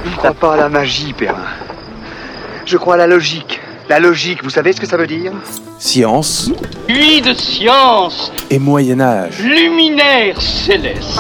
Je ne crois pas à la magie, Perrin. Je crois à la logique. La logique, vous savez ce que ça veut dire ? Science. Nuit de science. Et Moyen-Âge. Luminaire céleste.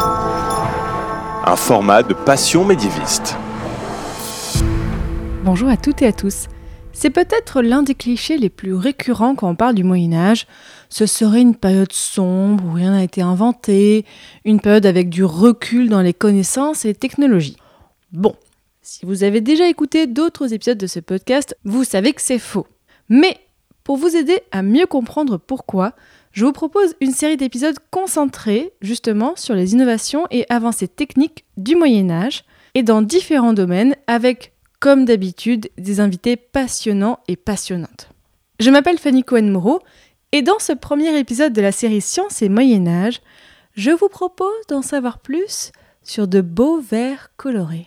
Un format de passion médiéviste. Bonjour à toutes et à tous. C'est peut-être l'un des clichés les plus récurrents quand on parle du Moyen-Âge. Ce serait une période sombre où rien n'a été inventé, une période avec du recul dans les connaissances et les technologies. Bon, si vous avez déjà écouté d'autres épisodes de ce podcast, vous savez que c'est faux. Mais pour vous aider à mieux comprendre pourquoi, je vous propose une série d'épisodes concentrés justement sur les innovations et avancées techniques du Moyen-Âge et dans différents domaines avec, comme d'habitude, des invités passionnants et passionnantes. Je m'appelle Fanny Cohen-Moreau et dans ce premier épisode de la série Science et Moyen-Âge, je vous propose d'en savoir plus sur de beaux verres colorés.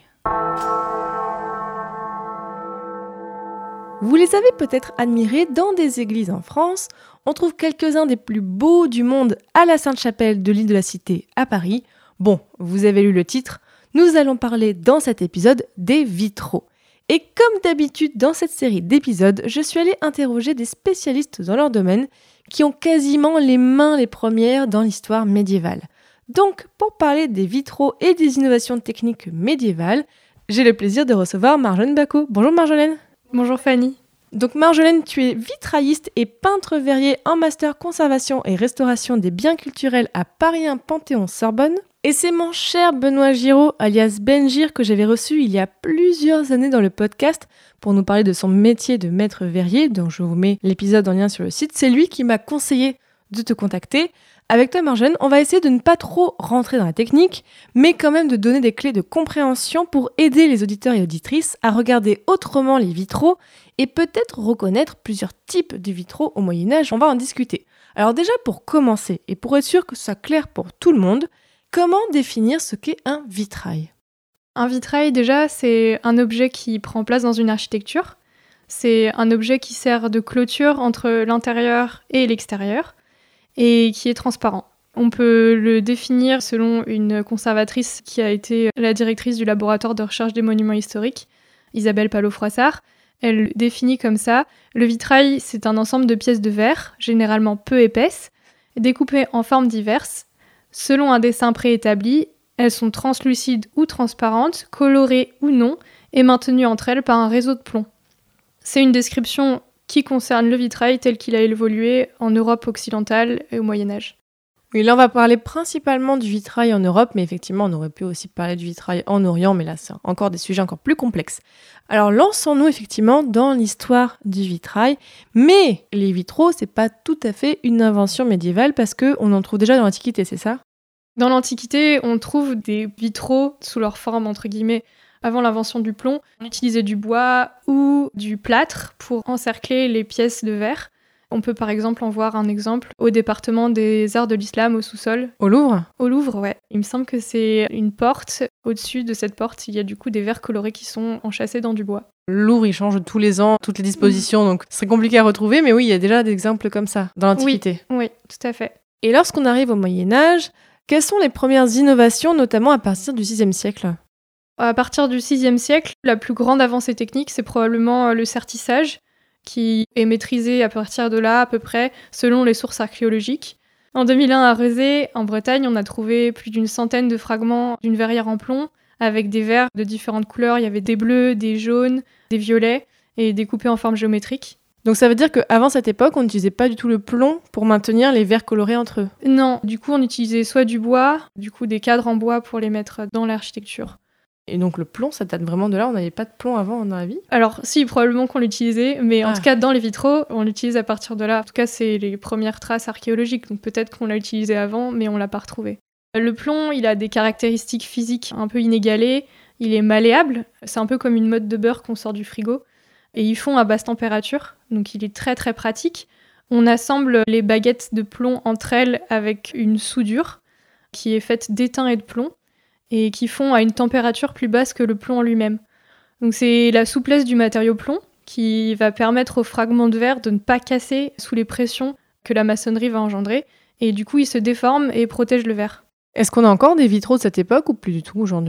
Vous les avez peut-être admirés dans des églises en France. On trouve quelques-uns des plus beaux du monde à la Sainte-Chapelle de l'île de la Cité à Paris. Bon, vous avez lu le titre, nous allons parler dans cet épisode des vitraux. Et comme d'habitude dans cette série d'épisodes, je suis allée interroger des spécialistes dans leur domaine qui ont quasiment les mains les premières dans l'histoire médiévale. Donc, pour parler des vitraux et des innovations techniques médiévales, j'ai le plaisir de recevoir Marjolaine Bacot. Bonjour Marjolaine. Bonjour Fanny. Donc Marjolaine, tu es vitrailliste et peintre verrier en master conservation et restauration des biens culturels à Paris 1 Panthéon-Sorbonne. Et c'est mon cher Benoît Giraud, alias Benjir, que j'avais reçu il y a plusieurs années dans le podcast pour nous parler de son métier de maître verrier, dont je vous mets l'épisode en lien sur le site. C'est lui qui m'a conseillé de te contacter. Avec toi Marjolaine, on va essayer de ne pas trop rentrer dans la technique, mais quand même de donner des clés de compréhension pour aider les auditeurs et auditrices à regarder autrement les vitraux et peut-être reconnaître plusieurs types de vitraux au Moyen-Âge. On va en discuter. Alors déjà pour commencer, et pour être sûr que ce soit clair pour tout le monde, comment définir ce qu'est un vitrail ? Un vitrail, déjà, c'est un objet qui prend place dans une architecture. C'est un objet qui sert de clôture entre l'intérieur et l'extérieur et qui est transparent. On peut le définir selon une conservatrice qui a été la directrice du laboratoire de recherche des monuments historiques, Isabelle Palot-Froissart. Elle définit comme ça: le vitrail, c'est un ensemble de pièces de verre, généralement peu épaisses, découpées en formes diverses. Selon un dessin préétabli, elles sont translucides ou transparentes, colorées ou non, et maintenues entre elles par un réseau de plomb. C'est une description qui concerne le vitrail tel qu'il a évolué en Europe occidentale et au Moyen-Âge. Oui, là on va parler principalement du vitrail en Europe, mais effectivement on aurait pu aussi parler du vitrail en Orient, mais là c'est encore des sujets encore plus complexes. Alors lançons-nous effectivement dans l'histoire du vitrail, mais les vitraux c'est pas tout à fait une invention médiévale parce qu'on en trouve déjà dans l'Antiquité, c'est ça ? Dans l'Antiquité, on trouve des vitraux sous leur forme entre guillemets. Avant l'invention du plomb, on utilisait du bois ou du plâtre pour encercler les pièces de verre. On peut par exemple en voir un exemple au département des arts de l'islam au sous-sol. Au Louvre ? Au Louvre, ouais. Il me semble que c'est une porte. Au-dessus de cette porte, il y a du coup des verres colorés qui sont enchâssés dans du bois. Le Louvre, il change tous les ans, toutes les dispositions, donc c'est compliqué à retrouver, mais oui, il y a déjà des exemples comme ça dans l'Antiquité. Oui, tout à fait. Et lorsqu'on arrive au Moyen-Âge, quelles sont les premières innovations, notamment à partir du VIe siècle ? À partir du VIe siècle, la plus grande avancée technique, c'est probablement le sertissage, qui est maîtrisé à partir de là, à peu près, selon les sources archéologiques. En 2001, à Rezé, en Bretagne, on a trouvé plus d'une centaine de fragments d'une verrière en plomb, avec des verres de différentes couleurs. Il y avait des bleus, des jaunes, des violets, et découpés en forme géométrique. Donc ça veut dire qu'avant cette époque, on n'utilisait pas du tout le plomb pour maintenir les verres colorés entre eux ? Non, du coup, on utilisait soit du bois, du coup des cadres en bois pour les mettre dans l'architecture. Et donc le plomb, ça date vraiment de là, on n'avait pas de plomb avant dans la vie ? Alors si, probablement qu'on l'utilisait, mais en tout cas dans les vitraux, on l'utilise à partir de là. En tout cas, c'est les premières traces archéologiques, donc peut-être qu'on l'a utilisé avant, mais on l'a pas retrouvé. Le plomb, il a des caractéristiques physiques un peu inégalées, il est malléable, c'est un peu comme une motte de beurre qu'on sort du frigo, et il fond à basse température, donc il est très très pratique. On assemble les baguettes de plomb entre elles avec une soudure qui est faite d'étain et de plomb, et qui fond à une température plus basse que le plomb en lui-même. Donc c'est la souplesse du matériau plomb qui va permettre aux fragments de verre de ne pas casser sous les pressions que la maçonnerie va engendrer, et du coup il se déforme et protège le verre. Est-ce qu'on a encore des vitraux de cette époque ou plus du tout aujourd'hui ?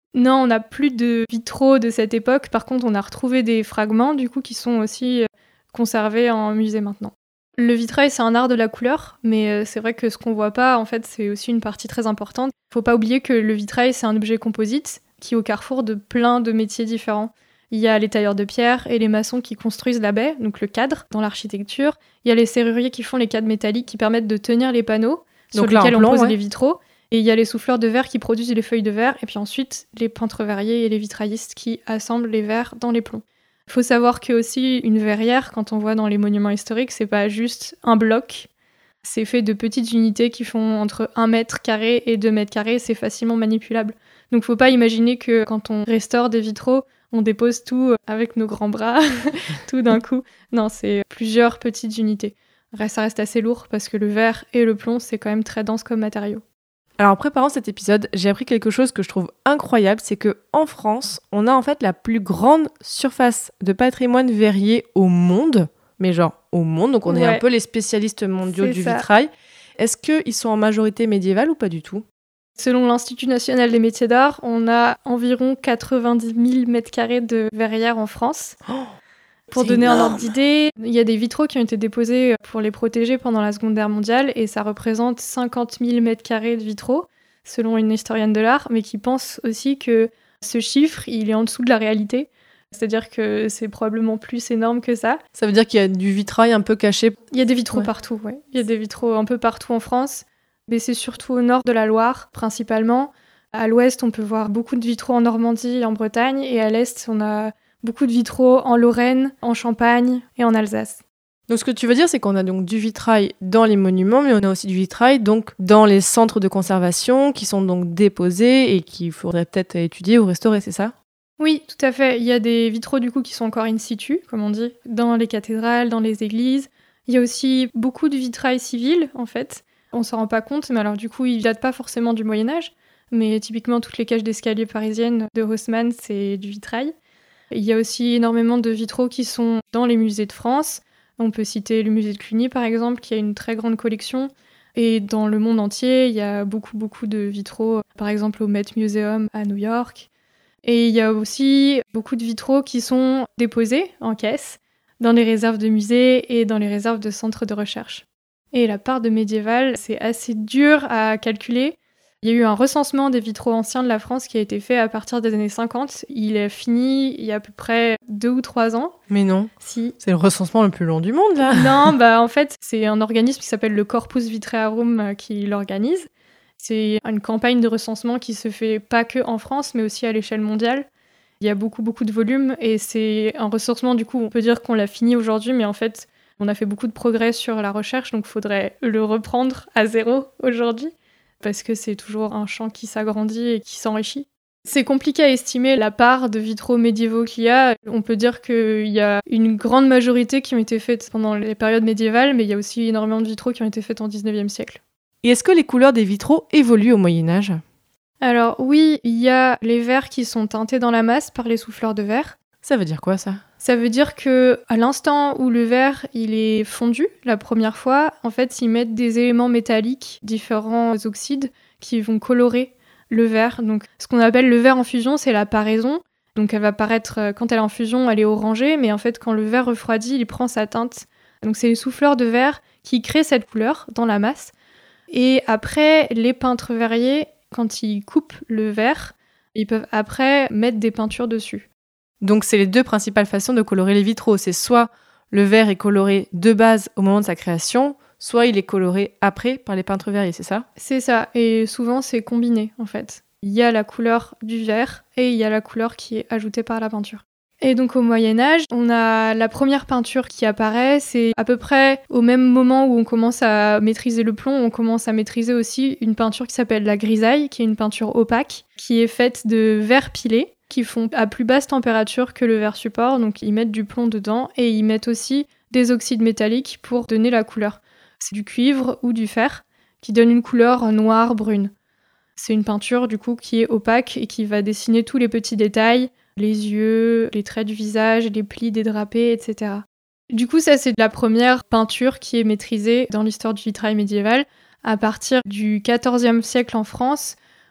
Non, on n'a plus de vitraux de cette époque. Par contre, on a retrouvé des fragments du coup qui sont aussi conservés en musée maintenant. Le vitrail, c'est un art de la couleur, mais c'est vrai que ce qu'on voit pas, en fait, c'est aussi une partie très importante. Faut pas oublier que le vitrail, c'est un objet composite qui est au carrefour de plein de métiers différents. Il y a les tailleurs de pierre et les maçons qui construisent la baie, donc le cadre, dans l'architecture. Il y a les serruriers qui font les cadres métalliques qui permettent de tenir les panneaux sur lesquels on pose les vitraux. Et il y a les souffleurs de verre qui produisent les feuilles de verre. Et puis ensuite, les peintres verriers et les vitraillistes qui assemblent les verres dans les plombs. Il faut savoir que aussi une verrière, quand on voit dans les monuments historiques, c'est pas juste un bloc. C'est fait de petites unités qui font entre 1 mètre carré et 2 mètres carrés. C'est facilement manipulable. Donc faut pas imaginer que quand on restaure des vitraux, on dépose tout avec nos grands bras, tout d'un coup. Non, c'est plusieurs petites unités. Ça reste assez lourd parce que le verre et le plomb, c'est quand même très dense comme matériau. Alors en préparant cet épisode, j'ai appris quelque chose que je trouve incroyable, c'est qu'en France, on a en fait la plus grande surface de patrimoine verrier au monde, mais genre au monde, donc on est un peu les spécialistes mondiaux du vitrail. Est-ce qu'ils sont en majorité médiévale ou pas du tout ? Selon l'Institut national des métiers d'art, on a environ 90 000 m² de verrières en France. Pour donner un ordre d'idée, il y a des vitraux qui ont été déposés pour les protéger pendant la Seconde Guerre mondiale et ça représente 50 000 m² de vitraux, selon une historienne de l'art, mais qui pense aussi que ce chiffre, il est en dessous de la réalité. C'est-à-dire que c'est probablement plus énorme que ça. Ça veut dire qu'il y a du vitrail un peu caché ? Il y a des vitraux partout, oui. Il y a des vitraux un peu partout en France. Mais c'est surtout au nord de la Loire, principalement. À l'ouest, on peut voir beaucoup de vitraux en Normandie et en Bretagne. Et à l'est, on a beaucoup de vitraux en Lorraine, en Champagne et en Alsace. Donc ce que tu veux dire, c'est qu'on a donc du vitrail dans les monuments, mais on a aussi du vitrail donc dans les centres de conservation qui sont donc déposés et qu'il faudrait peut-être étudier ou restaurer, c'est ça ? Oui, tout à fait. Il y a des vitraux du coup qui sont encore in situ, comme on dit, dans les cathédrales, dans les églises. Il y a aussi beaucoup de vitrail civil, en fait. On s'en rend pas compte, mais alors du coup, ils datent pas forcément du Moyen-Âge, mais typiquement toutes les cages d'escalier parisiennes de Haussmann, c'est du vitrail. Il y a aussi énormément de vitraux qui sont dans les musées de France. On peut citer le musée de Cluny, par exemple, qui a une très grande collection. Et dans le monde entier, il y a beaucoup de vitraux, par exemple au Met Museum à New York. Et il y a aussi beaucoup de vitraux qui sont déposés en caisse dans les réserves de musées et dans les réserves de centres de recherche. Et la part de médiéval, c'est assez dur à calculer. Il y a eu un recensement des vitraux anciens de la France qui a été fait à partir des années 50. Il est fini il y a à peu près 2 ou 3 ans. Mais non, si. C'est le recensement le plus long du monde, là. Non, en fait, c'est un organisme qui s'appelle le Corpus Vitrearum qui l'organise. C'est une campagne de recensement qui se fait pas que en France, mais aussi à l'échelle mondiale. Il y a beaucoup de volumes et c'est un recensement, du coup, on peut dire qu'on l'a fini aujourd'hui, mais en fait, on a fait beaucoup de progrès sur la recherche, donc il faudrait le reprendre à zéro aujourd'hui, parce que c'est toujours un champ qui s'agrandit et qui s'enrichit. C'est compliqué à estimer la part de vitraux médiévaux qu'il y a. On peut dire qu'il y a une grande majorité qui ont été faites pendant les périodes médiévales, mais il y a aussi énormément de vitraux qui ont été faits au 19e siècle. Et est-ce que les couleurs des vitraux évoluent au Moyen-Âge ? Alors oui, il y a les verres qui sont teintés dans la masse par les souffleurs de verre. Ça veut dire quoi, ça ? Ça veut dire que à l'instant où le verre il est fondu la première fois, en fait, ils mettent des éléments métalliques, différents oxydes, qui vont colorer le verre. Donc, ce qu'on appelle le verre en fusion, c'est la paraison. Donc, elle va paraître, quand elle est en fusion, elle est orangée, mais en fait, quand le verre refroidit, il prend sa teinte. Donc, c'est les souffleurs de verre qui créent cette couleur dans la masse. Et après, les peintres verriers, quand ils coupent le verre, ils peuvent après mettre des peintures dessus. Donc c'est les 2 principales façons de colorer les vitraux. C'est soit le verre est coloré de base au moment de sa création, soit il est coloré après par les peintres verriers, c'est ça ? C'est ça, et souvent c'est combiné en fait. Il y a la couleur du verre et il y a la couleur qui est ajoutée par la peinture. Et donc au Moyen-Âge, on a la première peinture qui apparaît, c'est à peu près au même moment où on commence à maîtriser le plomb, on commence à maîtriser aussi une peinture qui s'appelle la grisaille, qui est une peinture opaque, qui est faite de verre pilé, qui font à plus basse température que le verre support, donc ils mettent du plomb dedans et ils mettent aussi des oxydes métalliques pour donner la couleur. C'est du cuivre ou du fer qui donne une couleur noire-brune. C'est une peinture du coup qui est opaque et qui va dessiner tous les petits détails, les yeux, les traits du visage, les plis des drapés, etc. Du coup, ça c'est la première peinture qui est maîtrisée dans l'histoire du vitrail médiéval. À partir du XIVe siècle en France,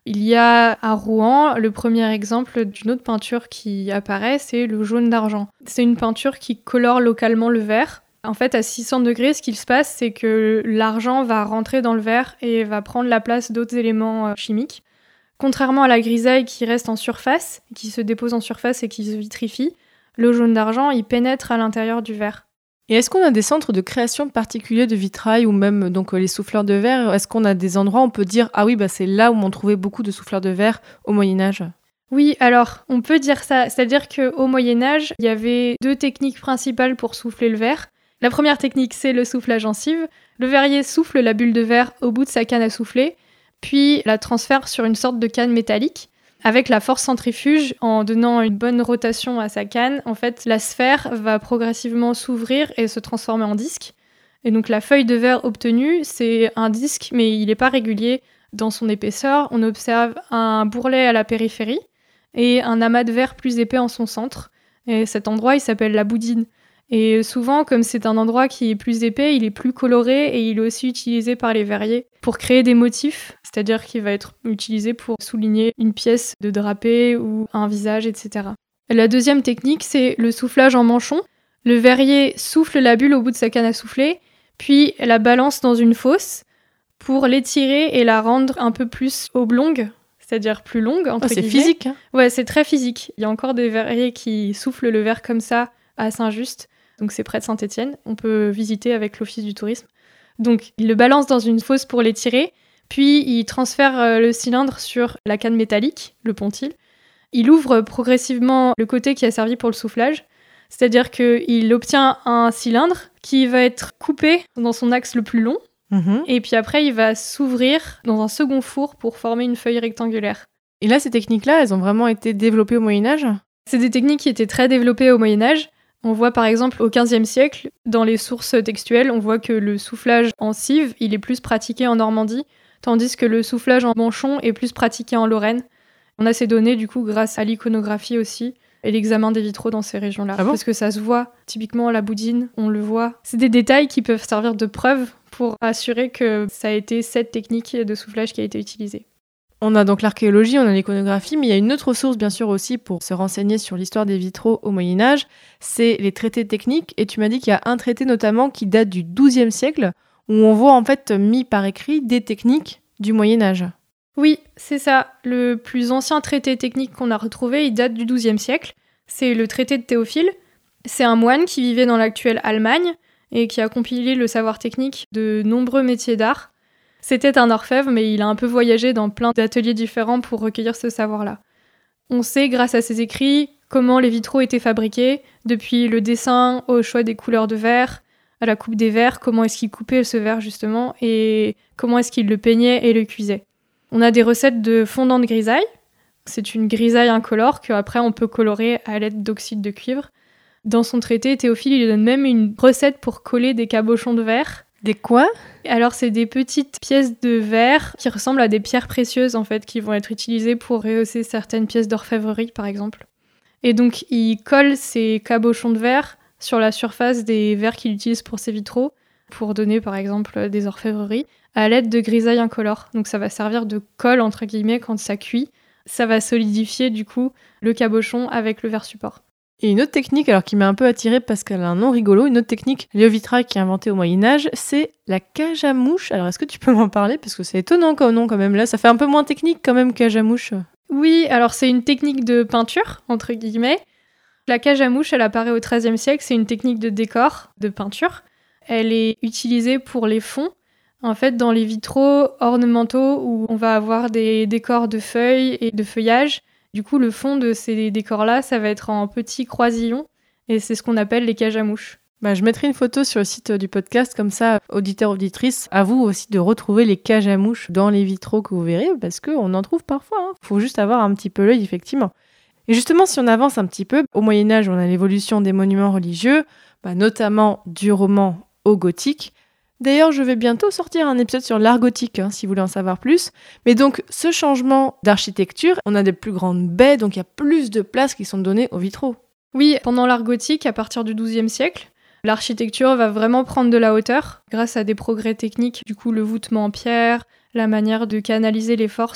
Il y a à Rouen le premier exemple d'une autre peinture qui apparaît, c'est le jaune d'argent. C'est une peinture qui colore localement le verre. En fait, à 600 degrés, ce qu'il se passe, c'est que l'argent va rentrer dans le verre et va prendre la place d'autres éléments chimiques. Contrairement à la grisaille qui reste en surface, qui se dépose en surface et qui se vitrifie, le jaune d'argent, il pénètre à l'intérieur du verre. Et est-ce qu'on a des centres de création particuliers de vitrail ou même donc les souffleurs de verre? Est-ce qu'on a des endroits où on peut dire ah oui, c'est là où on trouvait beaucoup de souffleurs de verre au Moyen-Âge? Oui, alors on peut dire ça. C'est-à-dire qu'au Moyen-Âge, il y avait 2 techniques principales pour souffler le verre. La première technique, c'est le soufflage en cive. Le verrier souffle la bulle de verre au bout de sa canne à souffler, puis la transfère sur une sorte de canne métallique. Avec la force centrifuge, en donnant une bonne rotation à sa canne, en fait, la sphère va progressivement s'ouvrir et se transformer en disque. Et donc la feuille de verre obtenue, c'est un disque, mais il n'est pas régulier dans son épaisseur. On observe un bourrelet à la périphérie et un amas de verre plus épais en son centre. Et cet endroit, il s'appelle la boudine. Et souvent, comme c'est un endroit qui est plus épais, il est plus coloré et il est aussi utilisé par les verriers pour créer des motifs, c'est-à-dire qu'il va être utilisé pour souligner une pièce de drapé ou un visage, etc. La deuxième technique, c'est le soufflage en manchon. Le verrier souffle la bulle au bout de sa canne à souffler, puis la balance dans une fosse pour l'étirer et la rendre un peu plus oblongue, c'est-à-dire plus longue, entre guillemets. C'est physique, hein. Ouais, c'est très physique. Il y a encore des verriers qui soufflent le verre comme ça à Saint-Just. Donc c'est près de Saint-Étienne, on peut visiter avec l'Office du tourisme. Donc il le balance dans une fosse pour l'étirer, puis il transfère le cylindre sur la canne métallique, le pontil. Il ouvre progressivement le côté qui a servi pour le soufflage, c'est-à-dire qu'il obtient un cylindre qui va être coupé dans son axe le plus long, et puis après il va s'ouvrir dans un second four pour former une feuille rectangulaire. Et là, ces techniques-là, elles ont vraiment été développées au Moyen-Âge? C'est des techniques qui étaient très développées au Moyen-Âge. On voit par exemple au XVe siècle, dans les sources textuelles, on voit que le soufflage en cive, il est plus pratiqué en Normandie, tandis que le soufflage en manchon est plus pratiqué en Lorraine. On a ces données du coup grâce à l'iconographie aussi et l'examen des vitraux dans ces régions-là. Ah bon? Parce que ça se voit, typiquement la boudine, on le voit. C'est des détails qui peuvent servir de preuve pour assurer que ça a été cette technique de soufflage qui a été utilisée. On a donc l'archéologie, on a l'iconographie, mais il y a une autre source bien sûr aussi pour se renseigner sur l'histoire des vitraux au Moyen-Âge, c'est les traités techniques. Et tu m'as dit qu'il y a un traité notamment qui date du XIIe siècle, où on voit en fait mis par écrit des techniques du Moyen-Âge. Oui, c'est ça. Le plus ancien traité technique qu'on a retrouvé, il date du XIIe siècle. C'est le traité de Théophile. C'est un moine qui vivait dans l'actuelle Allemagne et qui a compilé le savoir technique de nombreux métiers d'art. C'était un orfèvre, mais il a un peu voyagé dans plein d'ateliers différents pour recueillir ce savoir-là. On sait, grâce à ses écrits, comment les vitraux étaient fabriqués, depuis le dessin au choix des couleurs de verre, à la coupe des verres, comment est-ce qu'il coupait ce verre justement, et comment est-ce qu'il le peignait et le cuisait. On a des recettes de fondant de grisaille. C'est une grisaille incolore qu'après on peut colorer à l'aide d'oxyde de cuivre. Dans son traité, Théophile il donne même une recette pour coller des cabochons de verre. Des quoi? Alors c'est des petites pièces de verre qui ressemblent à des pierres précieuses en fait, qui vont être utilisées pour rehausser certaines pièces d'orfèvrerie par exemple. Et donc il colle ces cabochons de verre sur la surface des verres qu'il utilise pour ses vitraux, pour donner par exemple des orfèvreries, à l'aide de grisaille incolore. Donc ça va servir de colle entre guillemets quand ça cuit. Ça va solidifier du coup le cabochon avec le verre support. Et une autre technique, alors qui m'a un peu attirée parce qu'elle a un nom rigolo, une autre technique liée au vitrail qui est inventée au Moyen-Âge, c'est la cage à mouche. Alors est-ce que tu peux m'en parler? Parce que c'est étonnant comme nom quand même. Là, ça fait un peu moins technique quand même, cage à mouche. Oui, alors c'est une technique de peinture, entre guillemets. La cage à mouche, elle apparaît au XIIIe siècle, c'est une technique de décor, de peinture. Elle est utilisée pour les fonds. En fait, dans les vitraux ornementaux où on va avoir des décors de feuilles et de feuillage, du coup, le fond de ces décors-là, ça va être en petits croisillons, et c'est ce qu'on appelle les cages à mouches. Je mettrai une photo sur le site du podcast, comme ça, auditeurs, auditrices, à vous aussi de retrouver les cages à mouches dans les vitraux que vous verrez, parce qu'on en trouve parfois. Faut juste avoir un petit peu l'œil, effectivement. Et justement, si on avance un petit peu, au Moyen-Âge, on a l'évolution des monuments religieux, notamment du roman au gothique. D'ailleurs, je vais bientôt sortir un épisode sur l'art gothique, si vous voulez en savoir plus. Mais donc, ce changement d'architecture, on a des plus grandes baies, donc il y a plus de places qui sont données aux vitraux. Oui, pendant l'art gothique, à partir du XIIe siècle, l'architecture va vraiment prendre de la hauteur grâce à des progrès techniques, du coup le voûtement en pierre, la manière de canaliser les forces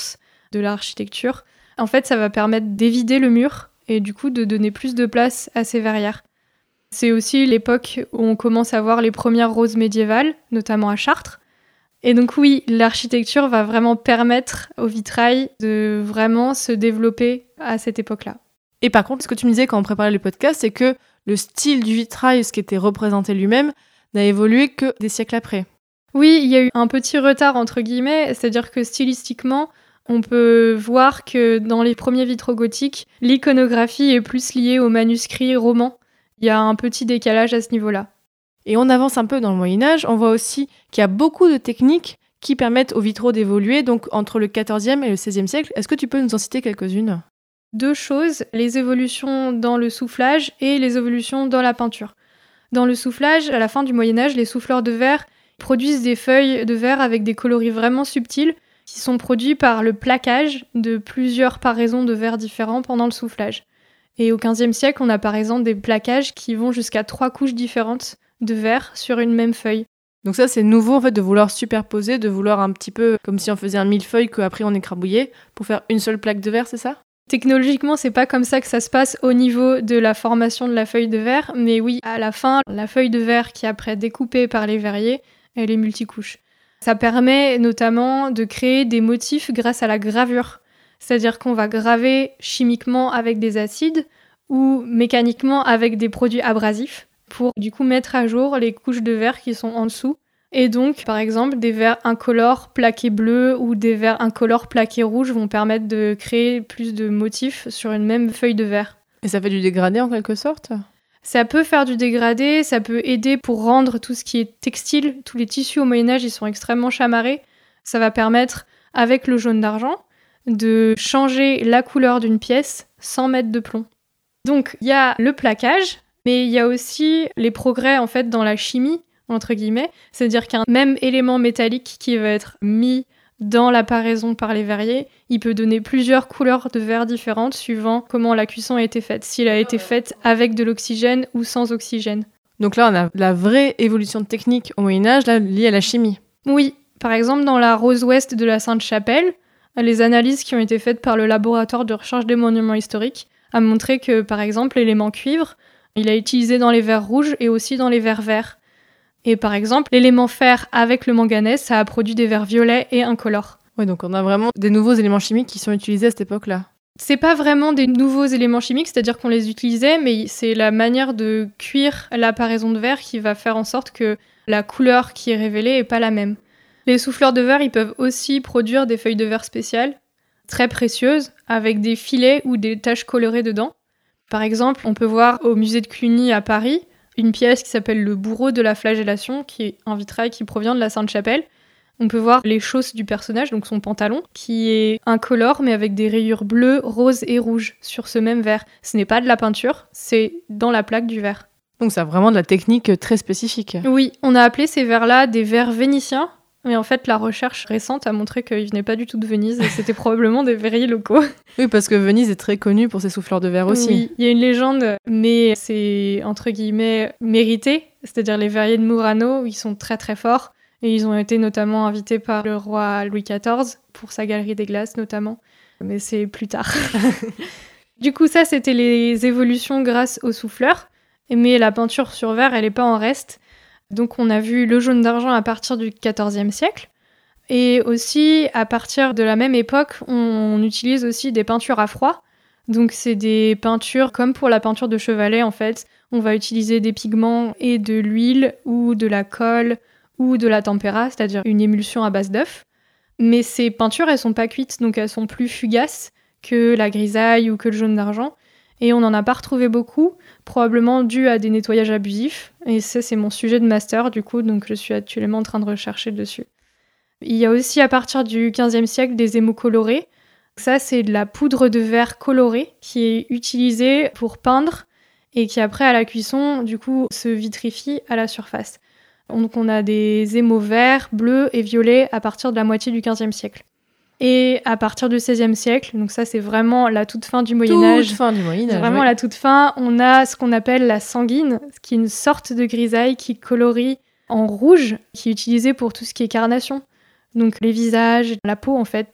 de l'architecture. En fait, ça va permettre d'évider le mur et du coup de donner plus de place à ces verrières. C'est aussi l'époque où on commence à voir les premières roses médiévales, notamment à Chartres. Et donc oui, l'architecture va vraiment permettre au vitrail de vraiment se développer à cette époque-là. Et par contre, ce que tu me disais quand on préparait le podcast, c'est que le style du vitrail, ce qui était représenté lui-même, n'a évolué que des siècles après. Oui, il y a eu un petit retard entre guillemets, c'est-à-dire que stylistiquement, on peut voir que dans les premiers vitraux gothiques, l'iconographie est plus liée aux manuscrits romans. Il y a un petit décalage à ce niveau-là. Et on avance un peu dans le Moyen-Âge, on voit aussi qu'il y a beaucoup de techniques qui permettent aux vitraux d'évoluer, donc entre le XIVe et le XVIe siècle. Est-ce que tu peux nous en citer quelques-unes ? 2 choses, les évolutions dans le soufflage et les évolutions dans la peinture. Dans le soufflage, à la fin du Moyen-Âge, les souffleurs de verre produisent des feuilles de verre avec des coloris vraiment subtils qui sont produits par le plaquage de plusieurs paraisons de verre différents pendant le soufflage. Et au XVe siècle, on a par exemple des plaquages qui vont jusqu'à 3 couches différentes de verre sur une même feuille. Donc ça, c'est nouveau en fait de vouloir superposer, de vouloir un petit peu comme si on faisait un millefeuille qu'après on écrabouillait pour faire une seule plaque de verre, c'est ça ? Technologiquement, c'est pas comme ça que ça se passe au niveau de la formation de la feuille de verre, mais oui, à la fin, la feuille de verre qui est après découpée par les verriers, elle est multicouche. Ça permet notamment de créer des motifs grâce à la gravure. C'est-à-dire qu'on va graver chimiquement avec des acides ou mécaniquement avec des produits abrasifs pour du coup mettre à jour les couches de verre qui sont en dessous. Et donc, par exemple, des verres incolores plaqués bleus ou des verres incolores plaqués rouges vont permettre de créer plus de motifs sur une même feuille de verre. Et ça fait du dégradé en quelque sorte ? Ça peut faire du dégradé, ça peut aider pour rendre tout ce qui est textile. Tous les tissus au Moyen-Âge, ils sont extrêmement chamarrés. Ça va permettre, avec le jaune d'argent, de changer la couleur d'une pièce sans mettre de plomb. Donc, il y a le plaquage, mais il y a aussi les progrès en fait dans la chimie, entre guillemets. C'est-à-dire qu'un même élément métallique qui va être mis dans la paraison par les verriers, il peut donner plusieurs couleurs de verre différentes suivant comment la cuisson a été faite. S'il a été faite avec de l'oxygène ou sans oxygène. Donc là, on a la vraie évolution de technique au Moyen-Âge, là, liée à la chimie. Oui, par exemple, dans la rose ouest de la Sainte-Chapelle, les analyses qui ont été faites par le laboratoire de recherche des monuments historiques a montré que, par exemple, l'élément cuivre, il a utilisé dans les verres rouges et aussi dans les verres verts. Et par exemple, l'élément fer avec le manganèse, ça a produit des verres violets et incolores. Ouais, donc on a vraiment des nouveaux éléments chimiques qui sont utilisés à cette époque-là. C'est pas vraiment des nouveaux éléments chimiques, c'est-à-dire qu'on les utilisait, mais c'est la manière de cuire la paraison de verre qui va faire en sorte que la couleur qui est révélée est pas la même. Les souffleurs de verre, ils peuvent aussi produire des feuilles de verre spéciales, très précieuses, avec des filets ou des taches colorées dedans. Par exemple, on peut voir au musée de Cluny à Paris une pièce qui s'appelle le bourreau de la flagellation, qui est un vitrail qui provient de la Sainte-Chapelle. On peut voir les chausses du personnage, donc son pantalon, qui est incolore mais avec des rayures bleues, roses et rouges sur ce même verre. Ce n'est pas de la peinture, c'est dans la plaque du verre. Donc ça a vraiment de la technique très spécifique. Oui, on a appelé ces verres-là des verres vénitiens, mais en fait la recherche récente a montré qu'ils venaient pas du tout de Venise et c'était probablement des verriers locaux. Oui, parce que Venise est très connue pour ses souffleurs de verre aussi. Oui, il y a une légende, mais c'est entre guillemets mérité, c'est-à-dire les verriers de Murano, ils sont très très forts. Et ils ont été notamment invités par le roi Louis XIV pour sa galerie des glaces notamment. Mais c'est plus tard. Du coup, ça, c'était les évolutions grâce aux souffleurs. Mais la peinture sur verre, elle n'est pas en reste. Donc on a vu le jaune d'argent à partir du XIVe siècle. Et aussi, à partir de la même époque, on utilise aussi des peintures à froid. Donc c'est des peintures comme pour la peinture de chevalet, en fait. On va utiliser des pigments et de l'huile ou de la colle ou de la tempéra, c'est-à-dire une émulsion à base d'œuf. Mais ces peintures, elles sont pas cuites, donc elles sont plus fugaces que la grisaille ou que le jaune d'argent. Et on n'en a pas retrouvé beaucoup, probablement dû à des nettoyages abusifs. Et ça, c'est mon sujet de master, du coup, donc je suis actuellement en train de rechercher dessus. Il y a aussi, à partir du XVe siècle, des émaux colorés. Ça, c'est de la poudre de verre colorée qui est utilisée pour peindre et qui, après, à la cuisson, du coup, se vitrifie à la surface. Donc on a des émaux verts, bleus et violets à partir de la moitié du XVe siècle. Et à partir du XVIe siècle, donc ça c'est vraiment la toute fin du Moyen-Âge. Toute fin du Moyen-Âge, vraiment oui. la toute fin, on a ce qu'on appelle la sanguine, qui est une sorte de grisaille qui colorie en rouge, qui est utilisée pour tout ce qui est carnation. Donc les visages, la peau en fait.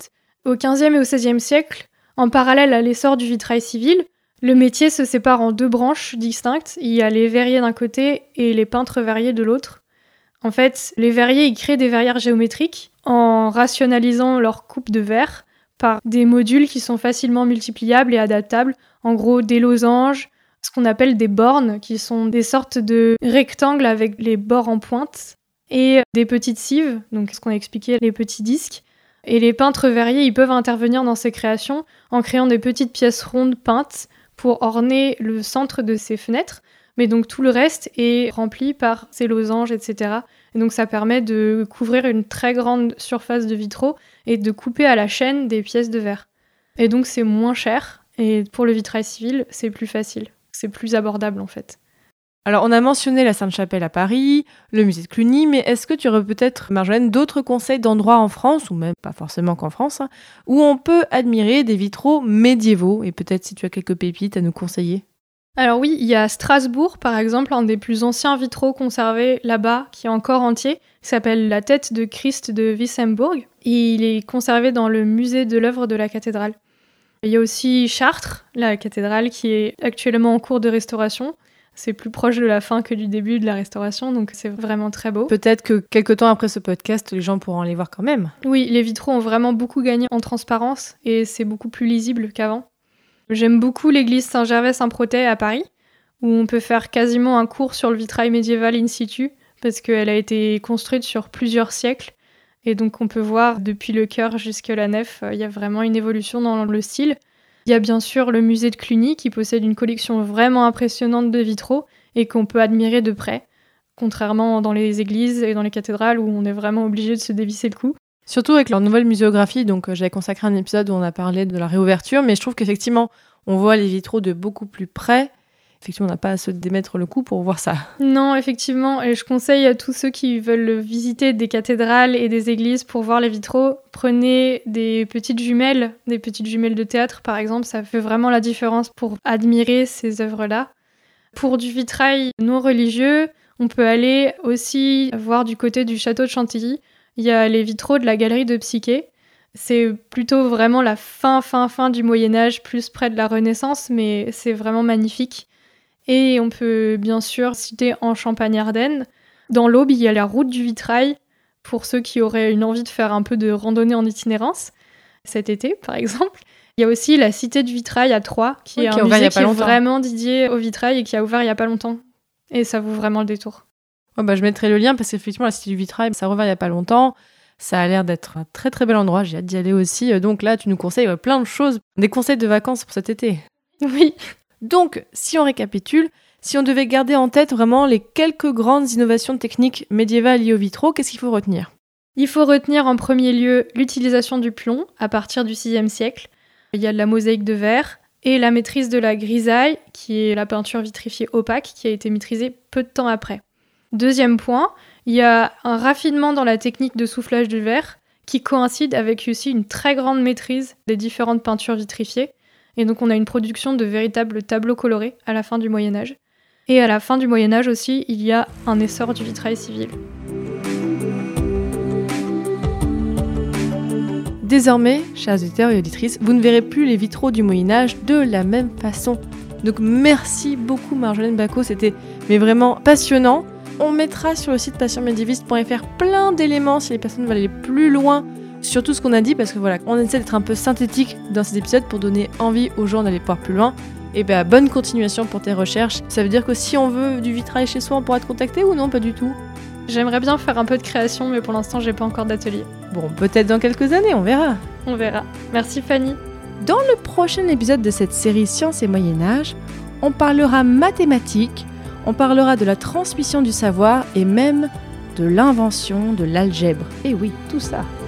Au XVe et au XVIe siècle, en parallèle à l'essor du vitrail civil, le métier se sépare en 2 branches distinctes. Il y a les verriers d'un côté et les peintres verriers de l'autre. En fait, les verriers, ils créent des verrières géométriques en rationalisant leur coupe de verre par des modules qui sont facilement multipliables et adaptables. En gros, des losanges, ce qu'on appelle des bornes, qui sont des sortes de rectangles avec les bords en pointe, et des petites cives, donc ce qu'on a expliqué, les petits disques. Et les peintres verriers, ils peuvent intervenir dans ces créations en créant des petites pièces rondes peintes pour orner le centre de ces fenêtres. Mais donc tout le reste est rempli par ces losanges, etc. Et donc ça permet de couvrir une très grande surface de vitraux et de couper à la chaîne des pièces de verre. Et donc c'est moins cher, et pour le vitrail civil, c'est plus facile. C'est plus abordable en fait. Alors, on a mentionné la Sainte-Chapelle à Paris, le musée de Cluny, mais est-ce que tu aurais peut-être, Marjolaine, d'autres conseils d'endroits en France, ou même pas forcément qu'en France, où on peut admirer des vitraux médiévaux, et peut-être si tu as quelques pépites à nous conseiller? Alors oui, il y a Strasbourg, par exemple, un des plus anciens vitraux conservés là-bas, qui est encore entier, qui s'appelle la tête de Christ de Wissembourg. Il est conservé dans le musée de l'œuvre de la cathédrale. Il y a aussi Chartres, la cathédrale, qui est actuellement en cours de restauration. C'est plus proche de la fin que du début de la restauration, donc c'est vraiment très beau. Peut-être que quelques temps après ce podcast, les gens pourront les voir quand même. Oui, les vitraux ont vraiment beaucoup gagné en transparence et c'est beaucoup plus lisible qu'avant. J'aime beaucoup l'église Saint-Gervais-Saint-Protais à Paris, où on peut faire quasiment un cours sur le vitrail médiéval in situ, parce qu'elle a été construite sur plusieurs siècles. Et donc on peut voir depuis le chœur jusqu'à la nef, il y a vraiment une évolution dans le style. Il y a bien sûr le musée de Cluny qui possède une collection vraiment impressionnante de vitraux et qu'on peut admirer de près, contrairement dans les églises et dans les cathédrales où on est vraiment obligé de se dévisser le cou. Surtout avec leur nouvelle muséographie, donc j'avais consacré un épisode où on a parlé de la réouverture, mais je trouve qu'effectivement, on voit les vitraux de beaucoup plus près. Effectivement, on n'a pas à se démettre le cou pour voir ça. Non, effectivement, et je conseille à tous ceux qui veulent visiter des cathédrales et des églises pour voir les vitraux, prenez des petites jumelles de théâtre par exemple, ça fait vraiment la différence pour admirer ces œuvres-là. Pour du vitrail non religieux, on peut aller aussi voir du côté du château de Chantilly. Il y a les vitraux de la galerie de Psyché. C'est plutôt vraiment la fin du Moyen-Âge, plus près de la Renaissance, mais c'est vraiment magnifique. Et on peut bien sûr citer en Champagne-Ardenne. Dans l'Aube, il y a la route du vitrail, pour ceux qui auraient une envie de faire un peu de randonnée en itinérance, cet été par exemple. Il y a aussi la Cité du Vitrail à Troyes, qui est un musée qui est vraiment dédié au vitrail et qui a ouvert il n'y a pas longtemps. Et ça vaut vraiment le détour. Je mettrai le lien parce qu'effectivement, la Cité du Vitrail, ça a ouvert il n'y a pas longtemps. Ça a l'air d'être un très très bel endroit, j'ai hâte d'y aller aussi. Donc là, tu nous conseilles plein de choses, des conseils de vacances pour cet été. Oui. Donc, si on récapitule, si on devait garder en tête vraiment les quelques grandes innovations techniques médiévales liées aux vitraux, qu'est-ce qu'il faut retenir ? Il faut retenir en premier lieu l'utilisation du plomb à partir du VIe siècle. Il y a de la mosaïque de verre et la maîtrise de la grisaille, qui est la peinture vitrifiée opaque, qui a été maîtrisée peu de temps après. Deuxième point, il y a un raffinement dans la technique de soufflage du verre, qui coïncide avec aussi une très grande maîtrise des différentes peintures vitrifiées. Et donc on a une production de véritables tableaux colorés à la fin du Moyen-Âge. Et à la fin du Moyen-Âge aussi, il y a un essor du vitrail civil. Désormais, chers auditeurs et auditrices, vous ne verrez plus les vitraux du Moyen-Âge de la même façon. Donc merci beaucoup Marjolaine Bacot, c'était vraiment passionnant. On mettra sur le site passionmédiéviste.fr plein d'éléments si les personnes veulent aller plus loin sur tout ce qu'on a dit, parce que voilà, on essaie d'être un peu synthétique dans ces épisodes pour donner envie aux gens d'aller voir plus loin. Et bonne continuation pour tes recherches. Ça veut dire que si on veut du vitrail chez soi, on pourra te contacter ou non, pas du tout ? J'aimerais bien faire un peu de création, mais pour l'instant, j'ai pas encore d'atelier. Bon, peut-être dans quelques années, on verra. On verra. Merci Fanny. Dans le prochain épisode de cette série Sciences et Moyen-Âge, on parlera mathématiques, on parlera de la transmission du savoir et même de l'invention de l'algèbre. Et oui, tout ça.